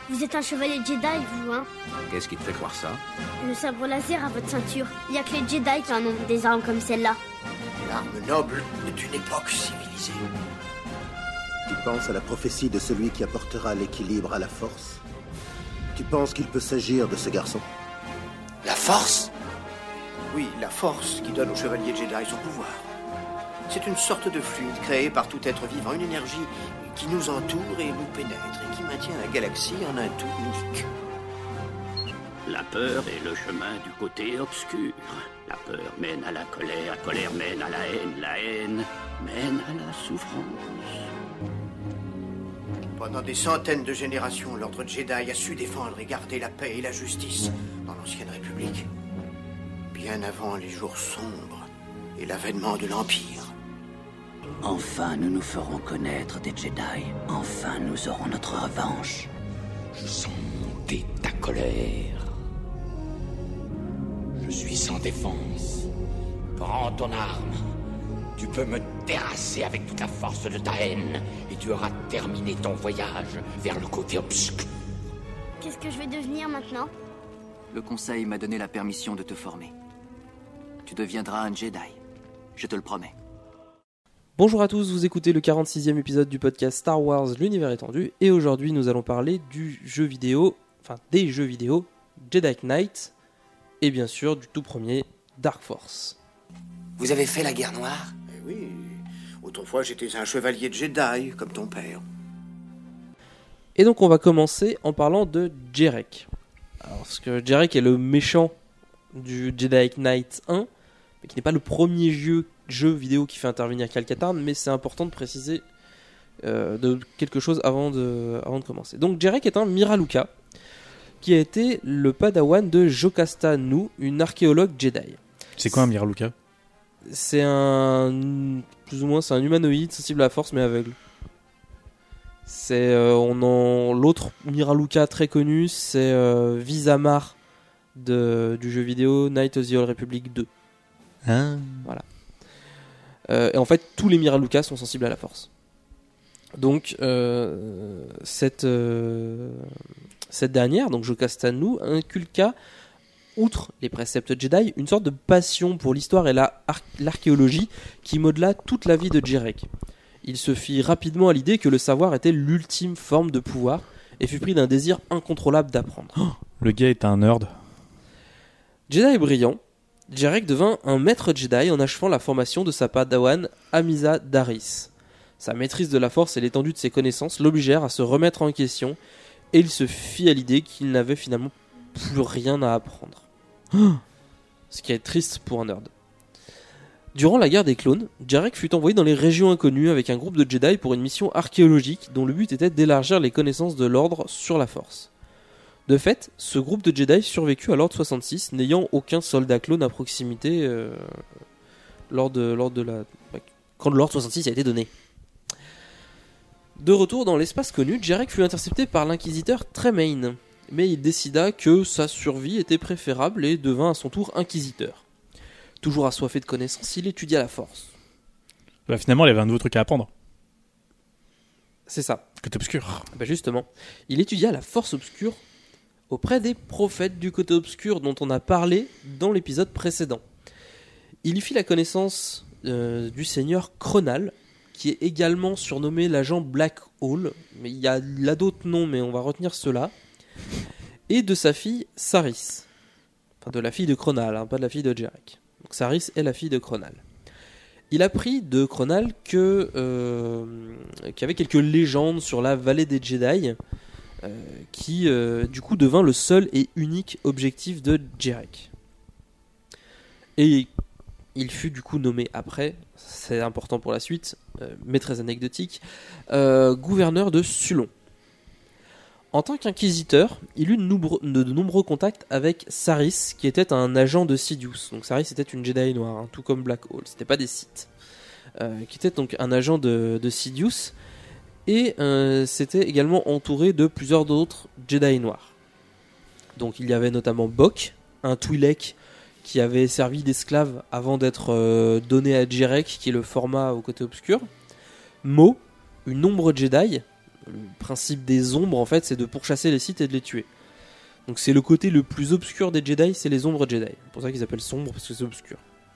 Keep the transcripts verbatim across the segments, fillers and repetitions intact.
Vous êtes un chevalier Jedi, vous, hein? Qu'est-ce qui te fait croire ça? Le sabre laser à votre ceinture. Il y a que les Jedi qui en ont des armes comme celle-là. L'arme noble d'une époque civilisée. Tu penses à la prophétie de celui qui apportera l'équilibre à la force? Tu penses qu'il peut s'agir de ce garçon? La force? Oui, la force qui donne au chevalier Jedi son pouvoir. C'est une sorte de fluide créé par tout être vivant, une énergie qui nous entoure et nous pénètre et qui maintient la galaxie en un tout unique. La peur est le chemin du côté obscur. La peur mène à la colère, la colère mène à la haine, la haine mène à la souffrance. Pendant des centaines de générations, l'ordre Jedi a su défendre et garder la paix et la justice dans l'ancienne République. Bien avant les jours sombres et l'avènement de l'Empire. Enfin, nous nous ferons connaître des Jedi. Enfin, nous aurons notre revanche. Je sens monter ta colère. Je suis sans défense. Prends ton arme. Tu peux me terrasser avec toute la force de ta haine et tu auras terminé ton voyage vers le côté obscur. Qu'est-ce que je vais devenir maintenant? Le conseil m'a donné la permission de te former. Tu deviendras un Jedi. Je te le promets. Bonjour à tous, vous écoutez le quarante-sixième épisode du podcast Star Wars l'univers étendu et aujourd'hui nous allons parler du jeu vidéo, enfin des jeux vidéo Jedi Knight et bien sûr du tout premier Dark Force. Vous avez fait la guerre noire? Eh oui, autrefois j'étais un chevalier Jedi comme ton père. Et donc on va commencer en parlant de Jerek. Alors, parce que Jerek est le méchant du Jedi Knight un, mais qui n'est pas le premier jeu, jeu vidéo qui fait intervenir Cal Katarn, mais c'est important de préciser euh, de quelque chose avant de, avant de commencer. Donc Jerek est un Miraluka, qui a été le padawan de Jocasta Nu, une archéologue Jedi. C'est quoi un Miraluka? C'est un... plus ou moins, c'est un humanoïde sensible à la force, mais aveugle. C'est euh, on en l'autre Miraluka très connu, c'est euh, Vizamar de du jeu vidéo Knights of the Old Republic deux. Ah. Voilà. Euh, et en fait, tous les Miraluka sont sensibles à la force. Donc euh, cette euh, cette dernière, donc Jocasta Nu, inculqua, outre les préceptes Jedi, une sorte de passion pour l'histoire et la ar- l'archéologie qui modela toute la vie de Jerek. Il se fit rapidement à l'idée que le savoir était l'ultime forme de pouvoir et fut pris d'un désir incontrôlable d'apprendre. Oh, le gars est un nerd. Jedi brillant, Jerek devint un maître Jedi en achevant la formation de sa padawan Amisa Darius. Sa maîtrise de la force et l'étendue de ses connaissances l'obligèrent à se remettre en question et il se fit à l'idée qu'il n'avait finalement plus rien à apprendre. Oh. Ce qui est triste pour un nerd. Durant la guerre des clones, Jerek fut envoyé dans les régions inconnues avec un groupe de Jedi pour une mission archéologique dont le but était d'élargir les connaissances de l'ordre sur la force. De fait, ce groupe de Jedi survécut à l'ordre soixante-six, n'ayant aucun soldat clone à proximité euh, lors de, lors de la... quand l'ordre soixante-six a été donné. De retour dans l'espace connu, Jerek fut intercepté par l'inquisiteur Tremaine, mais il décida que sa survie était préférable et devint à son tour inquisiteur. Toujours assoiffé de connaissances, il étudia la force. Bah, finalement, il avait un nouveau truc à apprendre. C'est ça. Côté obscur. Bah justement, il étudia la force obscure auprès des prophètes du côté obscur dont on a parlé dans l'épisode précédent. Il y fit la connaissance euh, du seigneur Kronal, qui est également surnommé l'agent Black Hole, mais il y a, il a d'autres noms, mais on va retenir ceux-là, et de sa fille Saris. Enfin, de la fille de Kronal, hein, pas de la fille de Jerek. Donc Saris est la fille de Kronal. Il apprit de Kronal que, euh, qu'il y avait quelques légendes sur la vallée des Jedi, euh, qui euh, du coup devint le seul et unique objectif de Jerek. Et il fut du coup nommé après, c'est important pour la suite, euh, mais très anecdotique, euh, gouverneur de Sulon. En tant qu'inquisiteur, il eut de nombreux, de, de nombreux contacts avec Saris, qui était un agent de Sidious. Donc Saris était une Jedi noire, hein, tout comme Black Hole, c'était pas des Sith. Euh, qui était donc un agent de, de Sidious, et euh, c'était également entouré de plusieurs autres Jedi noirs. Donc il y avait notamment Bok, un Twi'lek qui avait servi d'esclave avant d'être euh, donné à Jerek, qui est le format au côté obscur. Mo, une ombre Jedi, le principe des ombres, en fait, c'est de pourchasser les Sith et de les tuer. Donc c'est le côté le plus obscur des Jedi, c'est les ombres Jedi. C'est pour ça qu'ils appellent sombre, parce que c'est obscur.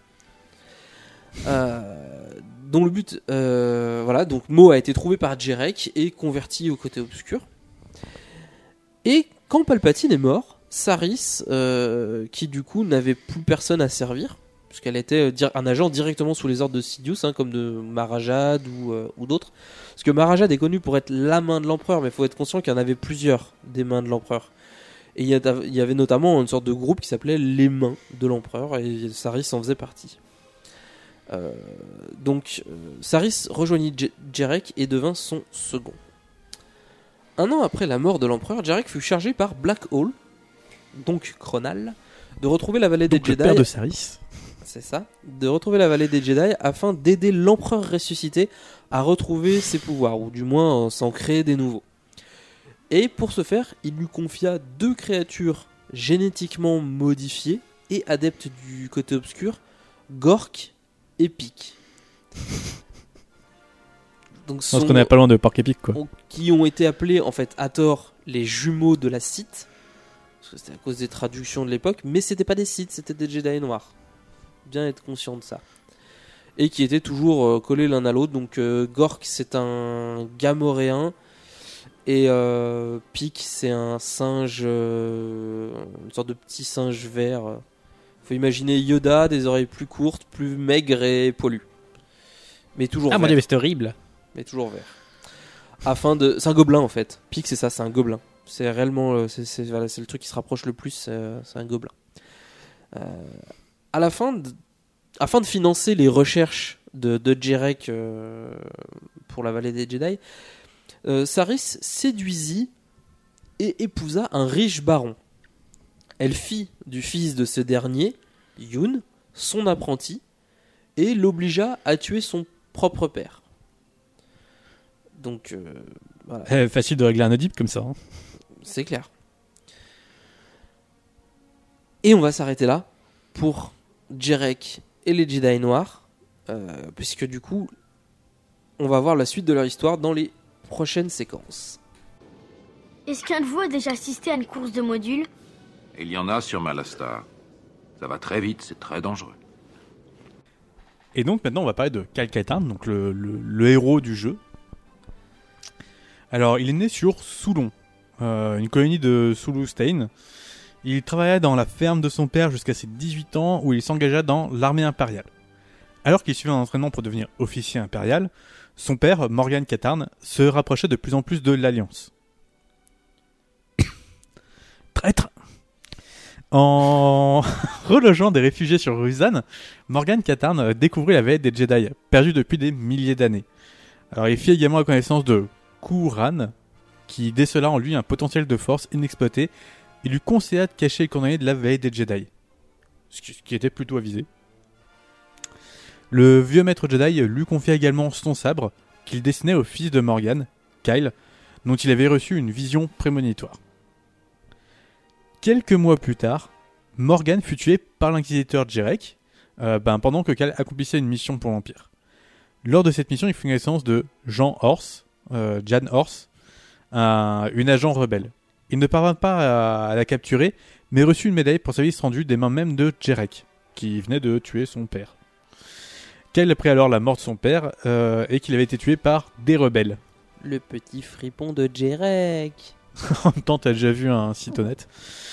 Euh, dont le but, euh, voilà, donc Maul a été trouvé par Jarek et converti au côté obscur. Et quand Palpatine est mort, Saris, euh, qui du coup n'avait plus personne à servir, puisqu'elle était un agent directement sous les ordres de Sidious, hein, comme de Marajad ou, euh, ou d'autres. Parce que Marajad est connu pour être la main de l'empereur, mais il faut être conscient qu'il y en avait plusieurs des mains de l'empereur. Et il y, y avait notamment une sorte de groupe qui s'appelait les mains de l'empereur, et Saris en faisait partie. Euh, donc, euh, Saris rejoignit J- Jarek et devint son second. Un an après la mort de l'empereur, Jarek fut chargé par Black Hole, donc Cronal, de retrouver la vallée Donc des le Jedi. père de Saris. C'est ça, de retrouver la vallée des Jedi afin d'aider l'empereur ressuscité à retrouver ses pouvoirs, ou du moins euh, s'en créer des nouveaux. Et pour ce faire, il lui confia deux créatures génétiquement modifiées et adeptes du côté obscur, Gork et Pic. Donc, On sont- se connaît pas loin de Porc Épic, quoi. ont- qui ont été appelés en fait à tort les jumeaux de la Sith, parce que c'était à cause des traductions de l'époque, mais c'était pas des Sith, c'était des Jedi noirs. Bien être conscient de ça. Et qui étaient toujours euh, collés l'un à l'autre. Donc euh, Gork c'est un Gamoréen et euh, Pic c'est un singe, euh, une sorte de petit singe vert. euh. Faut imaginer Yoda, des oreilles plus courtes, plus maigres et poilu. Mais toujours Ah vert. mon dieu, mais c'était horrible. Mais toujours vert. Afin de, c'est un gobelin en fait. Pic c'est ça, c'est un gobelin. C'est réellement, euh, c'est, c'est, voilà, c'est le truc qui se rapproche le plus, c'est, euh, c'est un gobelin. Euh, à la fin, de, afin de financer les recherches de, de Jarek euh, pour la vallée des Jedi, euh, Saris séduisit et épousa un riche baron. Elle fit du fils de ce dernier, Yoon, son apprenti, et l'obligea à tuer son propre père. Donc, euh, voilà. Eh, facile de régler un Oedipe comme ça. Hein. C'est clair. Et on va s'arrêter là pour Jarek et les Jedi Noirs, euh, puisque du coup, on va voir la suite de leur histoire dans les prochaines séquences. Est-ce qu'un de vous a déjà assisté à une course de modules? Il y en a sur Malastar. Ça va très vite, c'est très dangereux. Et donc maintenant on va parler de Kyle Katarn, donc le, le, le héros du jeu. Alors il est né sur Soulon, euh, une colonie de Sulu-Stein. Il travailla dans la ferme de son père jusqu'à ses dix-huit ans où il s'engagea dans l'armée impériale. Alors qu'il suivait un entraînement pour devenir officier impérial, son père, Morgan Katarn, se rapprochait de plus en plus de l'Alliance. Traître! En relogeant des réfugiés sur Ruzan, Morgan Katarn découvrit la vallée des Jedi, perdue depuis des milliers d'années. Alors il fit également la connaissance de Kuran, qui décela en lui un potentiel de force inexploité, et lui conseilla de cacher les coordonnées de la vallée des Jedi. Ce qui, ce qui était plutôt avisé. Le vieux maître Jedi lui confia également son sabre, qu'il destinait au fils de Morgan, Kyle, dont il avait reçu une vision prémonitoire. Quelques mois plus tard, Morgan fut tué par l'inquisiteur Jarek, euh, ben, pendant que Kyle accomplissait une mission pour l'Empire. Lors de cette mission, il fit connaissance de Jean Horse, euh, Jan Horse, un, une agent rebelle. Il ne parvint pas à, à la capturer, mais reçut une médaille pour service rendu des mains même de Jarek, qui venait de tuer son père. Kyle apprit alors la mort de son père euh, et qu'il avait été tué par des rebelles. Le petit fripon de Jarek. En même temps, t'as déjà vu un site honnête?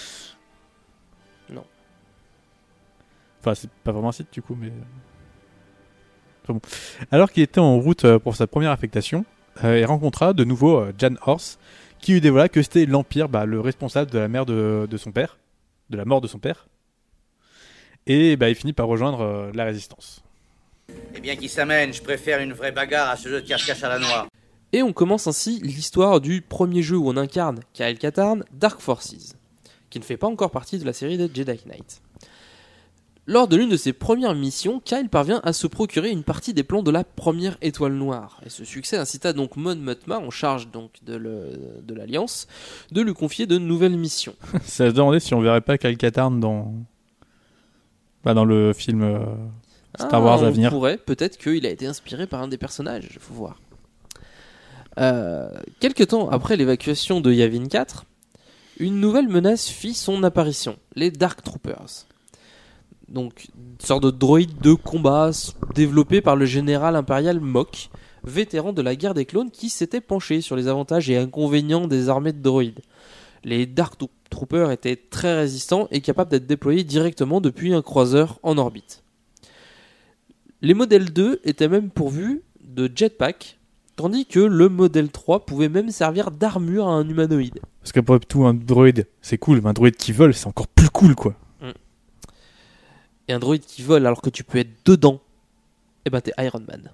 Non. Enfin, c'est pas vraiment un site du coup, mais... Enfin, bon. Alors qu'il était en route pour sa première affectation, euh, il rencontra de nouveau euh, Jan Horse, qui lui dévoila que c'était l'Empire, bah, le responsable de la mort de, de son père, de la mort de son père. Et bah, il finit par rejoindre euh, la Résistance. Eh bien, qui s'amène, je préfère une vraie bagarre à ce jeu de cache-cache à la noix. Et on commence ainsi l'histoire du premier jeu où on incarne Kyle Katarn, Dark Forces, qui ne fait pas encore partie de la série de Jedi Knight. Lors de l'une de ses premières missions, Kyle parvient à se procurer une partie des plans de la première étoile noire. Et ce succès incita donc Mon Mothma, en charge donc de, le, de l'Alliance, de lui confier de nouvelles missions. Ça se demandait si on verrait pas Kyle Katarn dans... Bah, dans le film euh, Star ah, Wars à on venir. pourrait, peut-être qu'il a été inspiré par un des personnages, il faut voir. Euh, quelque temps après l'évacuation de Yavin quatre, une nouvelle menace fit son apparition, les Dark Troopers. Donc, une sorte de droïde de combat développé par le général impérial Mok, vétéran de la guerre des clones qui s'était penché sur les avantages et inconvénients des armées de droïdes. Les Dark Troopers étaient très résistants et capables d'être déployés directement depuis un croiseur en orbite. Les modèles deux étaient même pourvus de jetpack, tandis que le modèle trois pouvait même servir d'armure à un humanoïde. Parce qu'après tout, un droïde, c'est cool, mais un droïde qui vole, c'est encore plus cool, quoi. Mm. Et un droïde qui vole alors que tu peux être dedans, eh ben t'es Iron Man.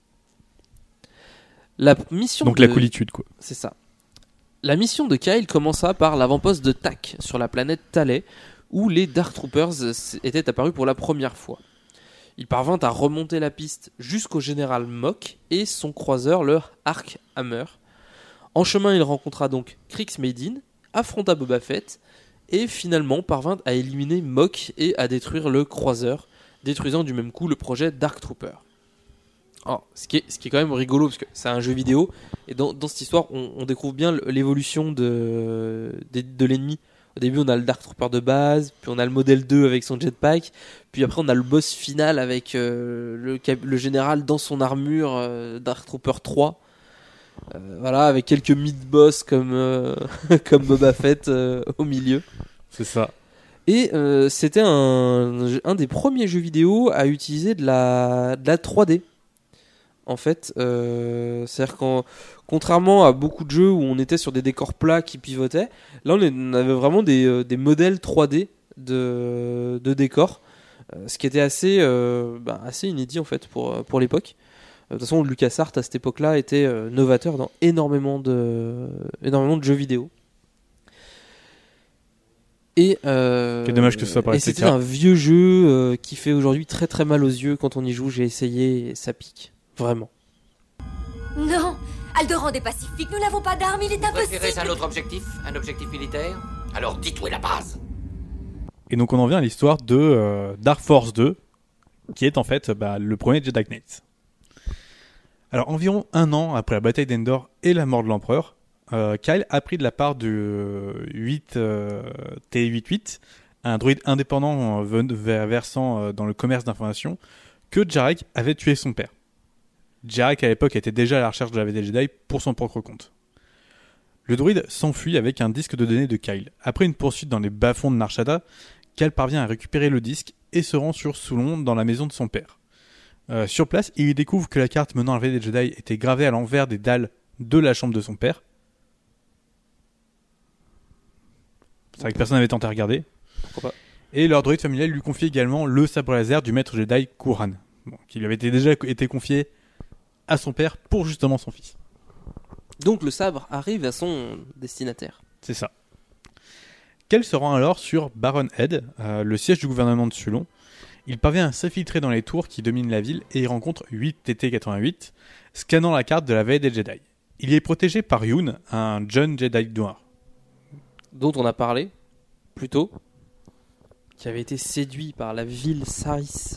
La mission Donc de... la coolitude, quoi. C'est ça. La mission de Kyle commença par l'avant-poste de T A C sur la planète Talais, où les Dark Troopers étaient apparus pour la première fois. Il parvint à remonter la piste jusqu'au général Mok et son croiseur, le Ark Hammer. En chemin, il rencontra donc Krix Maydin, affronta Boba Fett et finalement parvint à éliminer Mok et à détruire le croiseur, détruisant du même coup le projet Dark Trooper. Alors, ce, qui est, ce qui est quand même rigolo, parce que c'est un jeu vidéo, et dans, dans cette histoire, on, on découvre bien l'évolution de, de, de l'ennemi. Au début, on a le Dark Trooper de base, puis on a le modèle deux avec son jetpack, puis après on a le boss final avec euh, le, le général dans son armure, euh, Dark Trooper trois. Euh, voilà, avec quelques mid-boss comme, euh, comme Boba Fett euh, au milieu. C'est ça. Et euh, c'était un, un des premiers jeux vidéo à utiliser de la, de la trois D. En fait, euh, c'est-à-dire qu'en contrairement à beaucoup de jeux où on était sur des décors plats qui pivotaient, là on avait vraiment des, euh, des modèles trois D de, de décors, euh, ce qui était assez, euh, bah, assez inédit en fait pour, pour l'époque. Euh, de toute façon, LucasArts à cette époque-là était euh, novateur dans énormément de, énormément de jeux vidéo. Et, euh, Quel dommage que ce soit pas et c'était un vieux jeu euh, qui fait aujourd'hui très très mal aux yeux quand on y joue. J'ai essayé et ça pique. Vraiment. Non, Alderaan est pacifique, nous n'avons pas d'armes, il est Vous impossible. préférez un autre objectif? Un objectif militaire? Alors dites où est la base. Et donc on en vient à l'histoire de euh, Dark Force deux, qui est en fait bah, le premier Jedi Knight. Alors environ un an après la bataille d'Endor et la mort de l'empereur, euh, Kyle a pris de la part du euh, huit euh, T quatre-vingt-huit, un droïde indépendant euh, versant euh, dans le commerce d'information, que Jarek avait tué son père. Jarek à l'époque était déjà à la recherche de la V des Jedi pour son propre compte. Le droïde s'enfuit avec un disque de données de Kyle. Après une poursuite dans les bas-fonds de Nar Shaddaa, Kyle parvient à récupérer le disque et se rend sur Soulon dans la maison de son père. Euh, sur place, il découvre que la carte menant à la V des Jedi était gravée à l'envers des dalles de la chambre de son père. C'est vrai que personne n'avait tenté à regarder. Pourquoi pas. Et leur droïde familial lui confie également le sabre laser du maître Jedi Kuran, bon, qui lui avait été déjà été confié à son père pour justement son fils. Donc le sabre arrive à son destinataire. C'est ça. Kel se rend alors sur Baron Head, euh, le siège du gouvernement de Sulon. Il parvient à s'infiltrer dans les tours qui dominent la ville et il rencontre huit T T quatre-vingt-huit, scannant la carte de la veille des Jedi. Il est protégé par Yoon, un jeune Jedi noir. Dont on a parlé plus tôt, qui avait été séduit par la ville Saris.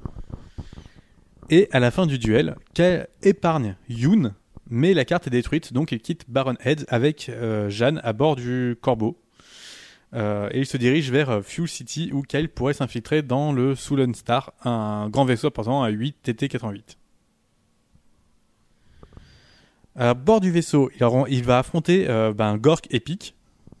Et à la fin du duel, Kel épargne Yoon, mais la carte est détruite, donc il quitte Baron Head avec euh, Jeanne à bord du Corbeau. Euh, et il se dirige vers Fuel City où Kyle pourrait s'infiltrer dans le Sulon Star, un grand vaisseau appartenant à huit T T quatre-vingt-huit. À bord du vaisseau, il, a, il va affronter euh, ben, Gork et Pic.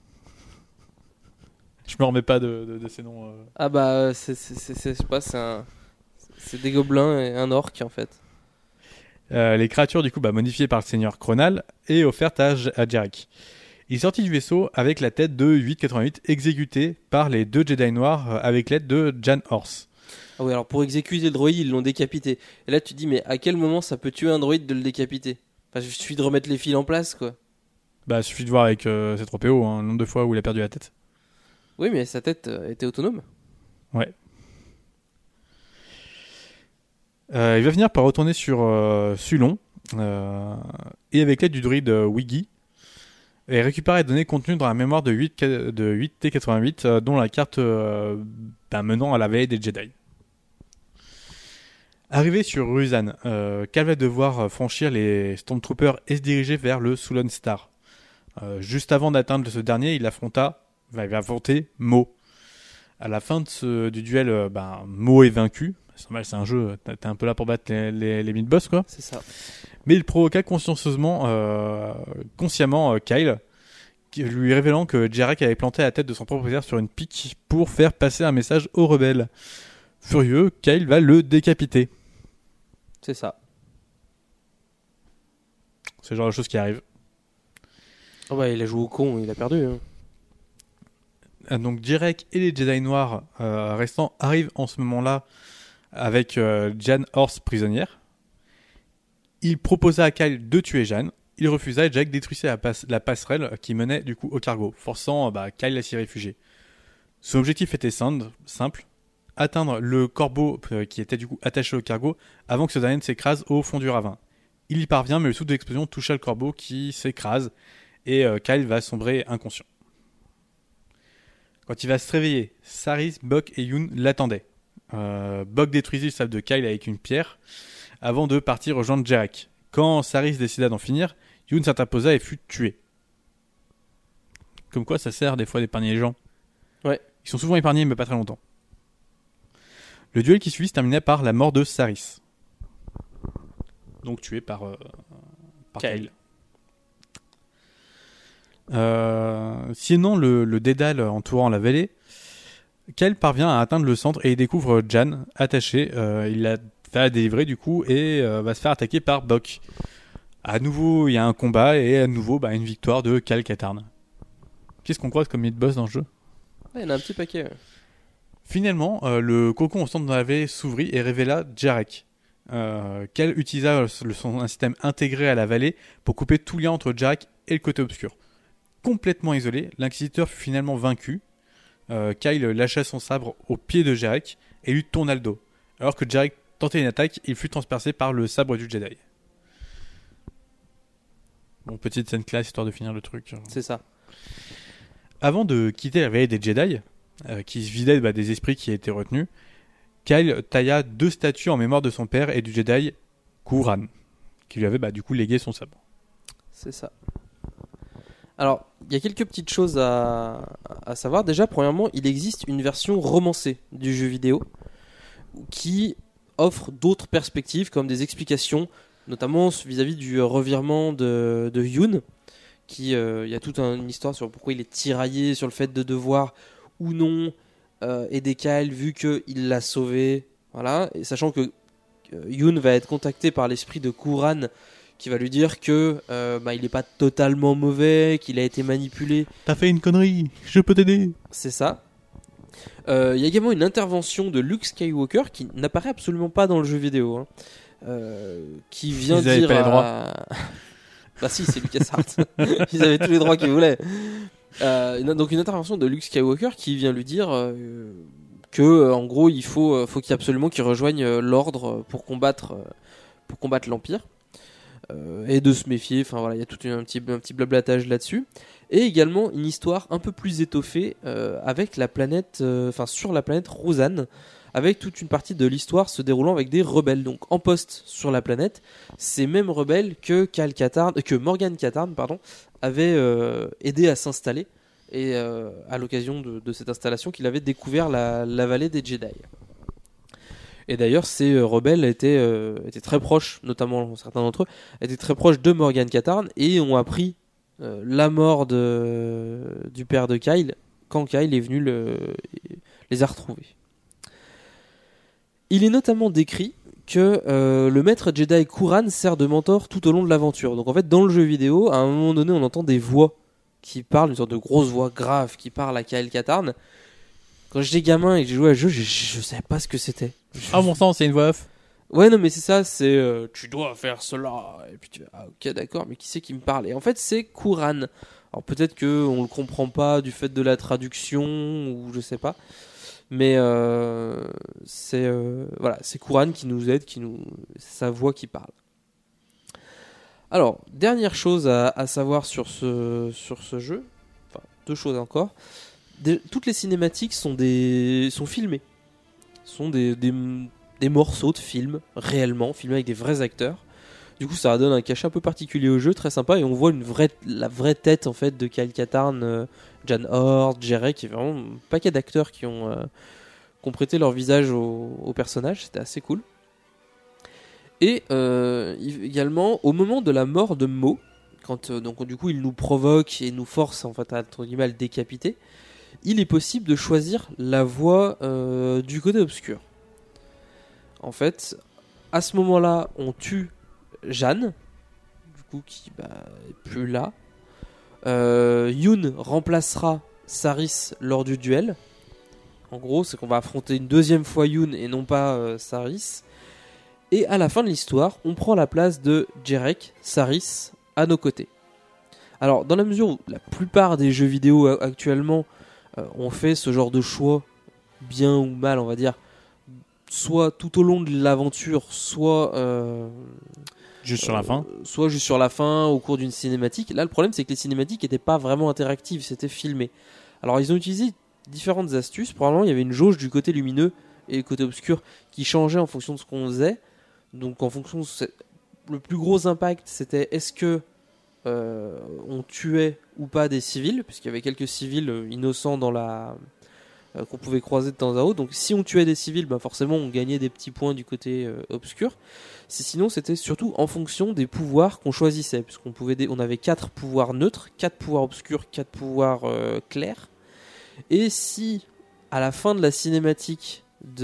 Je me remets pas de, de, de ces noms. Euh... Ah bah, c'est, c'est, c'est, c'est, je sais pas, c'est un... C'est des gobelins et un orc en fait. Euh, les créatures du coup bah, modifiées par le seigneur Kronal et offertes à, J- à Jarek. Il est sorti du vaisseau avec la tête de huit quatre-vingt-huit exécutée par les deux Jedi noirs euh, avec l'aide de Jan Horse. Ah oui, alors pour exécuter le droïde, ils l'ont décapité. Et là tu te dis, mais à quel moment ça peut tuer un droïde de le décapiter? Enfin, il suffit de remettre les fils en place quoi. Bah, il suffit de voir avec euh, C trois P O, hein, le nombre de fois où il a perdu la tête. Oui, mais sa tête euh, était autonome. Ouais. Euh, il va finir par retourner sur euh, Sulon euh, et avec l'aide du druide euh, Wiggy et récupérer les données contenues dans la mémoire de huit T quatre-vingt-huit euh, dont la carte euh, ben, menant à la veille des Jedi. Arrivé sur Rusan, euh, Cal va devoir franchir les Stormtroopers et se diriger vers le Sulon Star. Euh, juste avant d'atteindre ce dernier, il affronta, va il va affronter Maul. À la fin de ce, du duel, euh, ben, Maul est vaincu. C'est normal, c'est un jeu, t'es un peu là pour battre les, les, les mid-boss, quoi. C'est ça. Mais il provoqua consciencieusement, euh, consciemment euh, Kyle, lui révélant que Jarek avait planté la tête de son propriétaire sur une pique pour faire passer un message aux rebelles. Furieux, Kyle va le décapiter. C'est ça. C'est le genre de choses qui arrivent. Oh bah, il a joué au con, il a perdu. Hein. Donc Jarek et les Jedi Noirs euh, restants arrivent en ce moment-là avec euh, Jan Horst prisonnière. Il proposa à Kyle de tuer Jan. Il refusa et Jarek détruisait la, passe- la passerelle qui menait du coup au cargo, forçant bah, Kyle à s'y réfugier. Son objectif était simple, atteindre le corbeau euh, qui était du coup attaché au cargo avant que ce dernier ne s'écrase au fond du ravin. Il y parvient, mais le souffle de l'explosion toucha le corbeau qui s'écrase et euh, Kyle va sombrer inconscient. Quand il va se réveiller, Saris, Bok et Yoon l'attendaient. Euh, Bok détruisit le sable de Kyle avec une pierre avant de partir rejoindre Jarek. Quand Saris décida d'en finir, Yoon s'interposa et fut tué. Comme quoi ça sert des fois d'épargner les gens. Ouais. Ils sont souvent épargnés mais pas très longtemps. Le duel qui suivit se termina par la mort de Saris. Donc tué par, euh, par Kyle. Kyle. Euh, sinon le, le dédale entourant la vallée, Kyle parvient à atteindre le centre et il découvre Jan attaché. Euh, il la fait la délivrer du coup et euh, va se faire attaquer par Bok. À nouveau il y a un combat et à nouveau bah, une victoire de Cal Katarn. Qu'est-ce qu'on croise comme mid-boss dans le jeu? Ouais, il y en a un petit paquet. Ouais. Finalement euh, le cocon au centre de la vallée s'ouvrit et révéla Jarek. Euh, Cal utilisa le, son, un système intégré à la vallée pour couper tout lien entre Jarek et le côté obscur. Complètement isolé, l'inquisiteur fut finalement vaincu. Euh, Kyle lâcha son sabre au pied de Jarek et lui tourna le dos. Alors que Jarek tentait une attaque, il fut transpercé par le sabre du Jedi. Bon, petite scène classe histoire de finir le truc. C'est ça. Avant de quitter la vallée des Jedi, euh, qui se vidait bah, des esprits qui étaient retenus, Kyle tailla deux statues en mémoire de son père et du Jedi Kuran, qui lui avait bah, du coup légué son sabre. C'est ça. Alors, il y a quelques petites choses à, à savoir. Déjà, premièrement, il existe une version romancée du jeu vidéo qui offre d'autres perspectives, comme des explications, notamment vis-à-vis du revirement de, de Yoon. Qui, euh, il y a toute un, une histoire sur pourquoi il est tiraillé, sur le fait de devoir ou non euh, aider Kyle, vu qu'il l'a sauvé. Voilà. Et sachant que euh, Yoon va être contacté par l'esprit de Kuran, qui va lui dire que euh, bah, il n'est pas totalement mauvais, qu'il a été manipulé. T'as fait une connerie, je peux t'aider. C'est ça. Il euh, y a également une intervention de Luke Skywalker qui n'apparaît absolument pas dans le jeu vidéo, hein, euh, qui vient Ils dire pas les droits. À... bah si, c'est LucasArts. Ils avaient tous les droits qu'ils voulaient. Euh, donc une intervention de Luke Skywalker qui vient lui dire euh, que en gros il faut, faut qu'il absolument qu'il rejoigne l'ordre pour combattre, pour combattre l'Empire. Euh, et de se méfier, enfin voilà, il y a tout un petit, un petit blablatage là-dessus. Et également une histoire un peu plus étoffée euh, avec la planète, enfin euh, sur la planète Rosan, avec toute une partie de l'histoire se déroulant avec des rebelles, donc en poste sur la planète, ces mêmes rebelles que Cal Katarn, que Morgan Katarn, pardon, avait euh, aidé à s'installer, et euh, à l'occasion de, de cette installation qu'il avait découvert la, la vallée des Jedi. Et d'ailleurs, ces euh, rebelles étaient, euh, étaient très proches, notamment certains d'entre eux, étaient très proches de Morgan Katarn et ont appris euh, la mort de, du père de Kyle quand Kyle est venu le, les a retrouvés. Il est notamment décrit que euh, le maître Jedi Kuran sert de mentor tout au long de l'aventure. Donc en fait, dans le jeu vidéo, à un moment donné, on entend des voix qui parlent, une sorte de grosse voix grave qui parle à Kyle Katarn. Quand j'étais gamin et que j'ai joué à ce jeu, je, je savais pas ce que c'était. Je... Ah, bon sang, c'est une voix off. Ouais, non, mais c'est ça, c'est euh, tu dois faire cela. Et puis tu fais, ah, ok, d'accord, mais qui c'est qui me parle? Et en fait, c'est Kuran. Alors peut-être qu'on le comprend pas du fait de la traduction, ou je sais pas. Mais euh, c'est, euh, voilà, c'est Kuran qui nous aide, qui nous, c'est sa voix qui parle. Alors, dernière chose à, à savoir sur ce, sur ce jeu, enfin, deux choses encore. Des, toutes les cinématiques sont, des, sont filmées. Sont des, des, des morceaux de films, réellement, filmés avec des vrais acteurs. Du coup, ça donne un cachet un peu particulier au jeu, très sympa, et on voit une vraie, la vraie tête en fait de Kyle Katarn, euh, Jan Hort, Jarek, et vraiment un paquet d'acteurs qui ont, euh, qui ont prêté leur visage au, au personnage. C'était assez cool. Et euh, également, au moment de la mort de Mo, quand euh, donc du coup il nous provoque et nous force en fait à, entre guillemets, à le décapiter, il est possible de choisir la voie euh, du côté obscur. En fait, à ce moment-là, on tue Jeanne, du coup qui bah, est plus là. Euh, Yoon remplacera Saris lors du duel. En gros, c'est qu'on va affronter une deuxième fois Yoon et non pas euh, Saris. Et à la fin de l'histoire, on prend la place de Jarek, Saris, à nos côtés. Alors, dans la mesure où la plupart des jeux vidéo actuellement euh, ont fait ce genre de choix, bien ou mal, on va dire, soit tout au long de l'aventure, soit euh, juste sur la fin, euh, soit juste sur la fin, au cours d'une cinématique. Là, le problème, c'est que les cinématiques n'étaient pas vraiment interactives, c'était filmé. Alors, ils ont utilisé différentes astuces. Probablement, il y avait une jauge du côté lumineux et côté obscur qui changeait en fonction de ce qu'on faisait. Donc, en fonction de ce... le plus gros impact, c'était est-ce que euh, on tuait ou pas des civils, puisqu'il y avait quelques civils euh, innocents dans la euh, qu'on pouvait croiser de temps à autre. Donc, si on tuait des civils, ben forcément, on gagnait des petits points du côté euh, obscur. Si, sinon, c'était surtout en fonction des pouvoirs qu'on choisissait, puisqu'on pouvait, dé... on avait quatre pouvoirs neutres, quatre pouvoirs obscurs, quatre pouvoirs euh, clairs. Et si à la fin de la cinématique de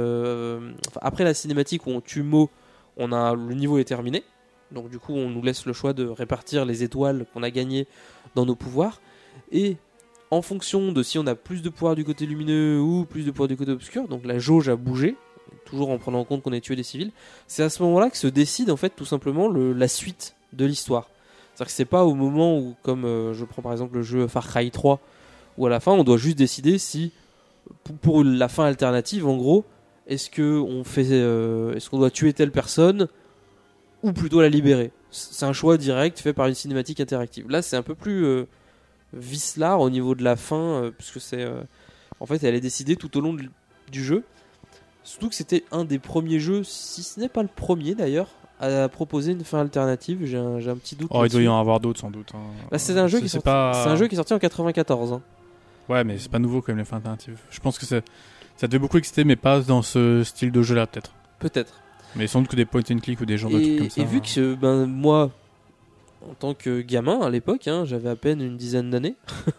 euh, enfin, après la cinématique où on tue Mo, on a le niveau est terminé, donc du coup on nous laisse le choix de répartir les étoiles qu'on a gagnées dans nos pouvoirs, et en fonction de si on a plus de pouvoirs du côté lumineux ou plus de pouvoirs du côté obscur, donc la jauge a bougé, toujours en prenant en compte qu'on ait tué des civils, c'est à ce moment là que se décide en fait tout simplement le, la suite de l'histoire. C'est-à-dire que c'est pas au moment où, comme euh, je prends par exemple le jeu Far Cry trois, où à la fin on doit juste décider si pour, pour la fin alternative en gros, est-ce que on fait euh, est-ce qu'on doit tuer telle personne ou plutôt la libérer. C'est un choix direct fait par une cinématique interactive. Là c'est un peu plus euh, vicelard au niveau de la fin, euh, puisque c'est euh, en fait elle est décidée tout au long de, du jeu, surtout que c'était un des premiers jeux, si ce n'est pas le premier d'ailleurs, à proposer une fin alternative. J'ai un, j'ai un petit doute. Oh, il doit y en avoir d'autres sans doute. Hein. Bah, c'est un jeu c'est, qui est c'est sorti, pas... c'est un jeu qui est sorti en quatre-vingt-quatorze. Hein. Ouais, mais c'est pas nouveau quand même les fins alternatives. Je pense que c'est... ça devait beaucoup exister, mais pas dans ce style de jeu-là peut-être. Peut-être. Mais sans doute que des point and click ou des genres et, de trucs comme ça. Et vu que ben, moi, en tant que gamin à l'époque, hein, j'avais à peine une dizaine d'années,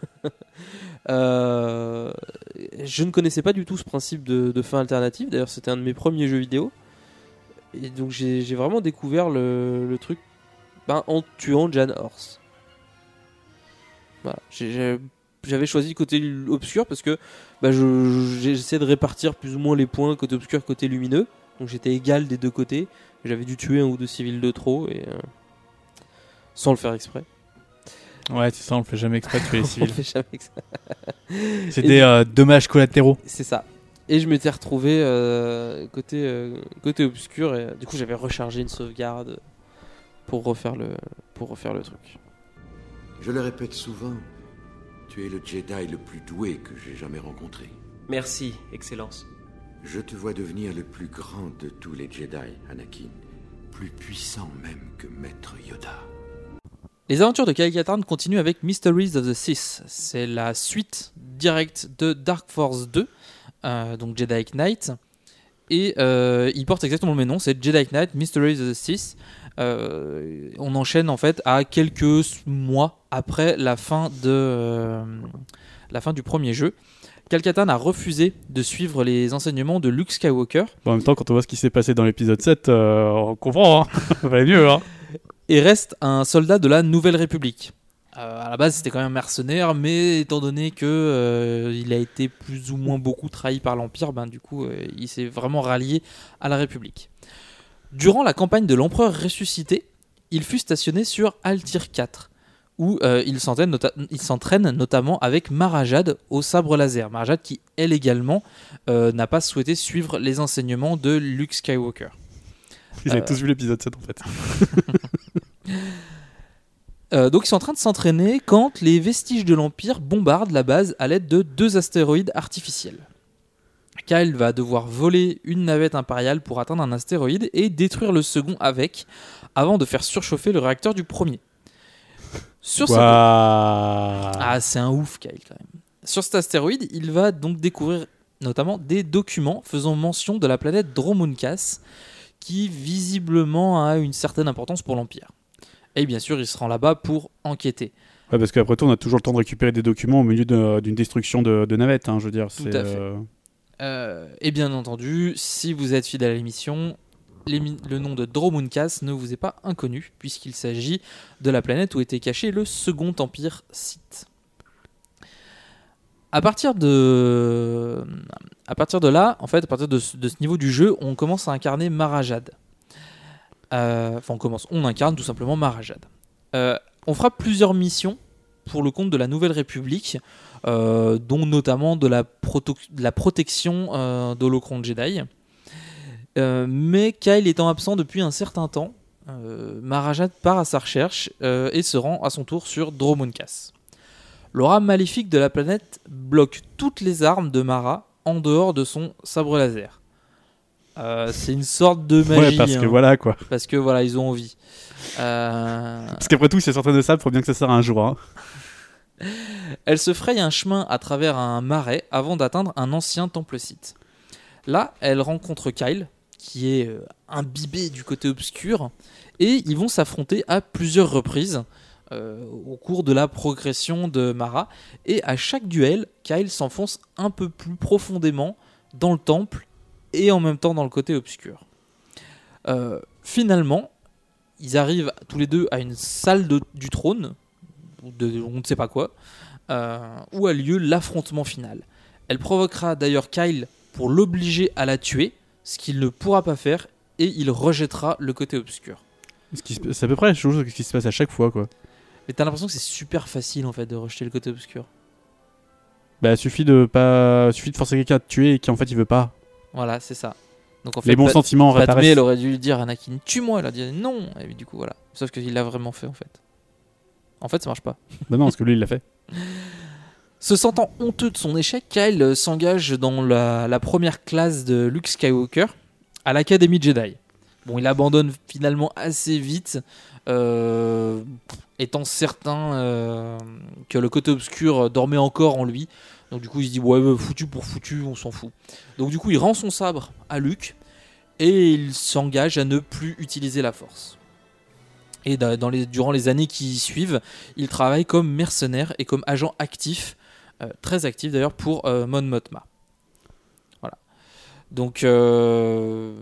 euh, je ne connaissais pas du tout ce principe de, de fin alternative. D'ailleurs, c'était un de mes premiers jeux vidéo. Et donc j'ai, j'ai vraiment découvert le, le truc ben, en tuant Jan Hort. Voilà. J'ai, j'ai, j'avais choisi le côté obscur parce que ben, je, j'essayais de répartir plus ou moins les points côté obscur, côté lumineux. Donc j'étais égal des deux côtés. J'avais dû tuer un ou deux civils de trop, et euh, sans le faire exprès. Ouais, c'est ça, on le fait jamais exprès de tuer les civils. On le fait jamais exprès. C'est des euh, dommages collatéraux. C'est ça. Et je m'étais retrouvé euh, côté, euh, côté obscur, et du coup j'avais rechargé une sauvegarde pour refaire le, pour refaire le truc. Je le répète souvent, tu es le Jedi le plus doué que j'ai jamais rencontré. Merci, Excellence. Je te vois devenir le plus grand de tous les Jedi, Anakin. Plus puissant même que Maître Yoda. Les aventures de Kyle Katarn continuent avec Mysteries of the Sith. C'est la suite directe de Dark Force deux, euh, donc Jedi Knight. Et euh, il porte exactement le même nom, c'est Jedi Knight Mysteries of the Sith. Euh, on enchaîne en fait à quelques mois après la fin, de, euh, la fin du premier jeu. Kyle Katarn a refusé de suivre les enseignements de Luke Skywalker. Bon, en même temps, quand on voit ce qui s'est passé dans l'épisode sept, euh, on comprend, hein. Ça va mieux. Hein. Et reste un soldat de la Nouvelle République. Euh, à la base, c'était quand même un mercenaire, mais étant donné qu'il euh, a été plus ou moins beaucoup trahi par l'Empire, ben, du coup, euh, il s'est vraiment rallié à la République. Durant la campagne de l'Empereur ressuscité, il fut stationné sur Altir quatre, où euh, il, s'entraîne nota- il s'entraîne notamment avec Mara Jade au sabre laser. Mara Jade qui, elle également, euh, n'a pas souhaité suivre les enseignements de Luke Skywalker. Ils avaient euh... tous vu l'épisode sept en fait. euh, donc ils sont en train de s'entraîner quand les vestiges de l'Empire bombardent la base à l'aide de deux astéroïdes artificiels. Kyle va devoir voler une navette impériale pour atteindre un astéroïde et détruire le second avec, avant de faire surchauffer le réacteur du premier. Sur Wow. cet... Ah, c'est un ouf, Kyle, quand même. Sur cet astéroïde, il va donc découvrir notamment des documents faisant mention de la planète Dromunkas, qui visiblement a une certaine importance pour l'Empire. Et bien sûr, il se rend là-bas pour enquêter. Ouais, parce qu'après tout, on a toujours le temps de récupérer des documents au milieu de- d'une destruction de, de navette, hein, je veux dire. Tout c'est, à fait. euh, Euh, et bien entendu, si vous êtes fidèle à l'émission, l'émi- le nom de Dromunkas ne vous est pas inconnu, puisqu'il s'agit de la planète où était caché le second empire Sith. À partir de, à partir de là, en fait, à partir de ce, de ce niveau du jeu, on commence à incarner Mara Jade. Euh, Enfin, on commence, on incarne tout simplement Mara Jade. Euh, on fera plusieurs missions pour le compte de la Nouvelle République, euh, dont notamment de la, proto- de la protection euh, d'Holocron Jedi. Euh, mais Kyle étant absent depuis un certain temps, euh, Mara Jade part à sa recherche euh, et se rend à son tour sur Dromunkas. L'aura maléfique de la planète bloque toutes les armes de Mara en dehors de son sabre laser. Euh, c'est une sorte de magie. Ouais, parce que hein. voilà, quoi. Parce que voilà, ils ont envie. Euh... Parce qu'après tout, c'est sorti de ça, faut bien que ça sert un jour. Hein. Elle se fraye un chemin à travers un marais avant d'atteindre un ancien temple Sith. Là, elle rencontre Kyle, qui est euh, imbibé du côté obscur, et ils vont s'affronter à plusieurs reprises euh, au cours de la progression de Mara. Et à chaque duel, Kyle s'enfonce un peu plus profondément dans le temple et en même temps dans le côté obscur. Euh, finalement, ils arrivent tous les deux à une salle de- du trône, ou de on ne sait pas quoi, euh, où a lieu l'affrontement final. Elle provoquera d'ailleurs Kyle pour l'obliger à la tuer, ce qu'il ne pourra pas faire, et il rejettera le côté obscur. Ce qui se- C'est à peu près la chose qui se passe à chaque fois, quoi. Mais t'as l'impression que c'est super facile en fait de rejeter le côté obscur. Bah, suffit de pas, suffit de forcer quelqu'un à te tuer et qui en fait il veut pas. Voilà, c'est ça. Donc en fait, Les bons Pat- sentiments Padmé, réapparaissent. elle aurait dû lui dire à Anakin, tue-moi, elle a dit non, et du coup voilà. Sauf qu'il l'a vraiment fait en fait. En fait, ça marche pas. Bah non, parce que lui il l'a fait. Se sentant honteux de son échec, Kyle euh, s'engage dans la, la première classe de Luke Skywalker à l'Académie Jedi. Bon, il abandonne finalement assez vite, euh, étant certain euh, que le côté obscur dormait encore en lui. Donc du coup, il se dit ouais, bah, foutu pour foutu, on s'en fout. Donc du coup, il rend son sabre à Luke et il s'engage à ne plus utiliser la Force. Et dans dans les, durant les années qui suivent, il travaille comme mercenaire et comme agent actif, euh, très actif d'ailleurs pour euh, Mon Mothma. Voilà. Donc euh,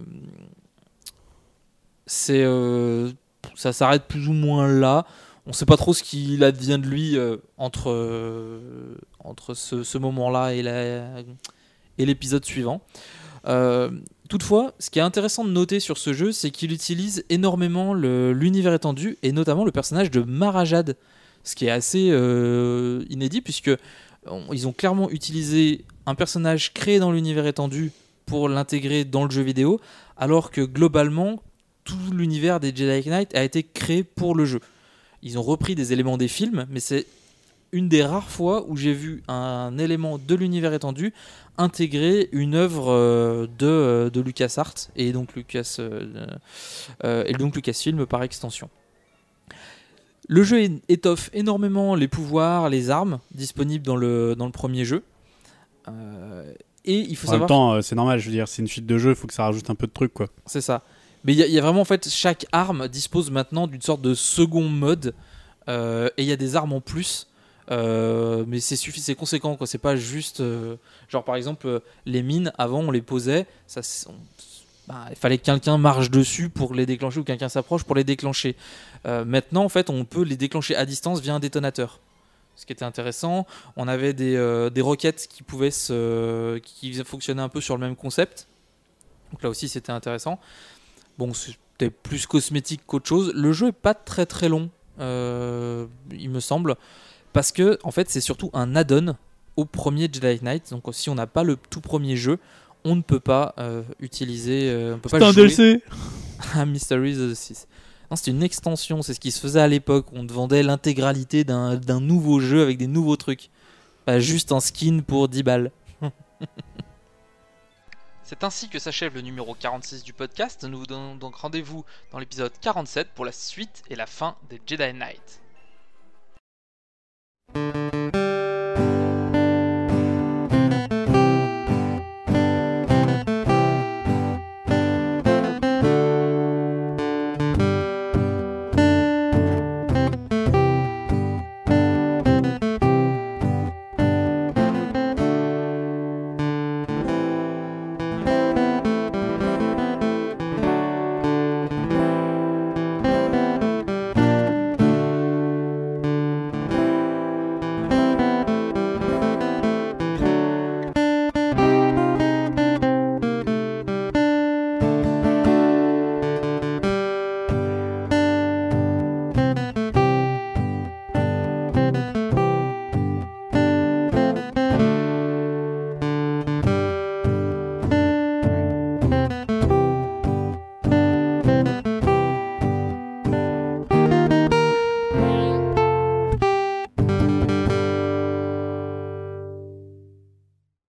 c'est euh, ça s'arrête plus ou moins là. On sait pas trop ce qu'il advient de lui euh, entre euh, entre ce, ce moment-là et la et l'épisode suivant. Euh, toutefois, ce qui est intéressant de noter sur ce jeu, c'est qu'il utilise énormément le- l'univers étendu et notamment le personnage de Mara Jade, ce qui est assez euh, inédit puisque on- ils ont clairement utilisé un personnage créé dans l'univers étendu pour l'intégrer dans le jeu vidéo, alors que globalement tout l'univers des Jedi Knight a été créé pour le jeu. Ils ont repris des éléments des films, mais c'est une des rares fois où j'ai vu un élément de l'univers étendu intégrer une œuvre euh, de, euh, de LucasArts et donc Lucas euh, euh, et donc Lucasfilm par extension. Le jeu é- étoffe énormément les pouvoirs, les armes disponibles dans le, dans le premier jeu. Euh, et il faut En savoir même temps, euh, c'est normal, je veux dire, c'est une suite de jeux, il faut que ça rajoute un peu de trucs, quoi. c'est ça. Mais il y, a- il y a vraiment en fait chaque arme dispose maintenant d'une sorte de second mode euh, et il y a des armes en plus. Euh, mais c'est suffi- c'est conséquent quoi. C'est pas juste euh, genre par exemple euh, les mines avant on les posait, ça c'est- on- bah, il fallait que quelqu'un marche dessus pour les déclencher ou quelqu'un s'approche pour les déclencher. Euh, maintenant en fait on peut les déclencher à distance via un détonateur. Ce qui était intéressant, on avait des, euh, des roquettes qui pouvaient se, qui fonctionnaient un peu sur le même concept. Donc là aussi c'était intéressant. Bon, c'était plus cosmétique qu'autre chose. Le jeu est pas très très long, euh, il me semble, parce que en fait c'est surtout un add-on au premier Jedi Knight. Donc si on n'a pas le tout premier jeu, on ne peut pas euh, utiliser, euh, on peut C'est pas un jouer D L C. à Mysteries of the Sith. Non, c'était une extension, c'est ce qui se faisait à l'époque. On te vendait l'intégralité d'un d'un nouveau jeu avec des nouveaux trucs, pas juste un skin pour dix balles. C'est ainsi que s'achève le numéro quarante-six du podcast. Nous vous donnons donc rendez-vous dans l'épisode quarante-sept pour la suite et la fin des Jedi Knight.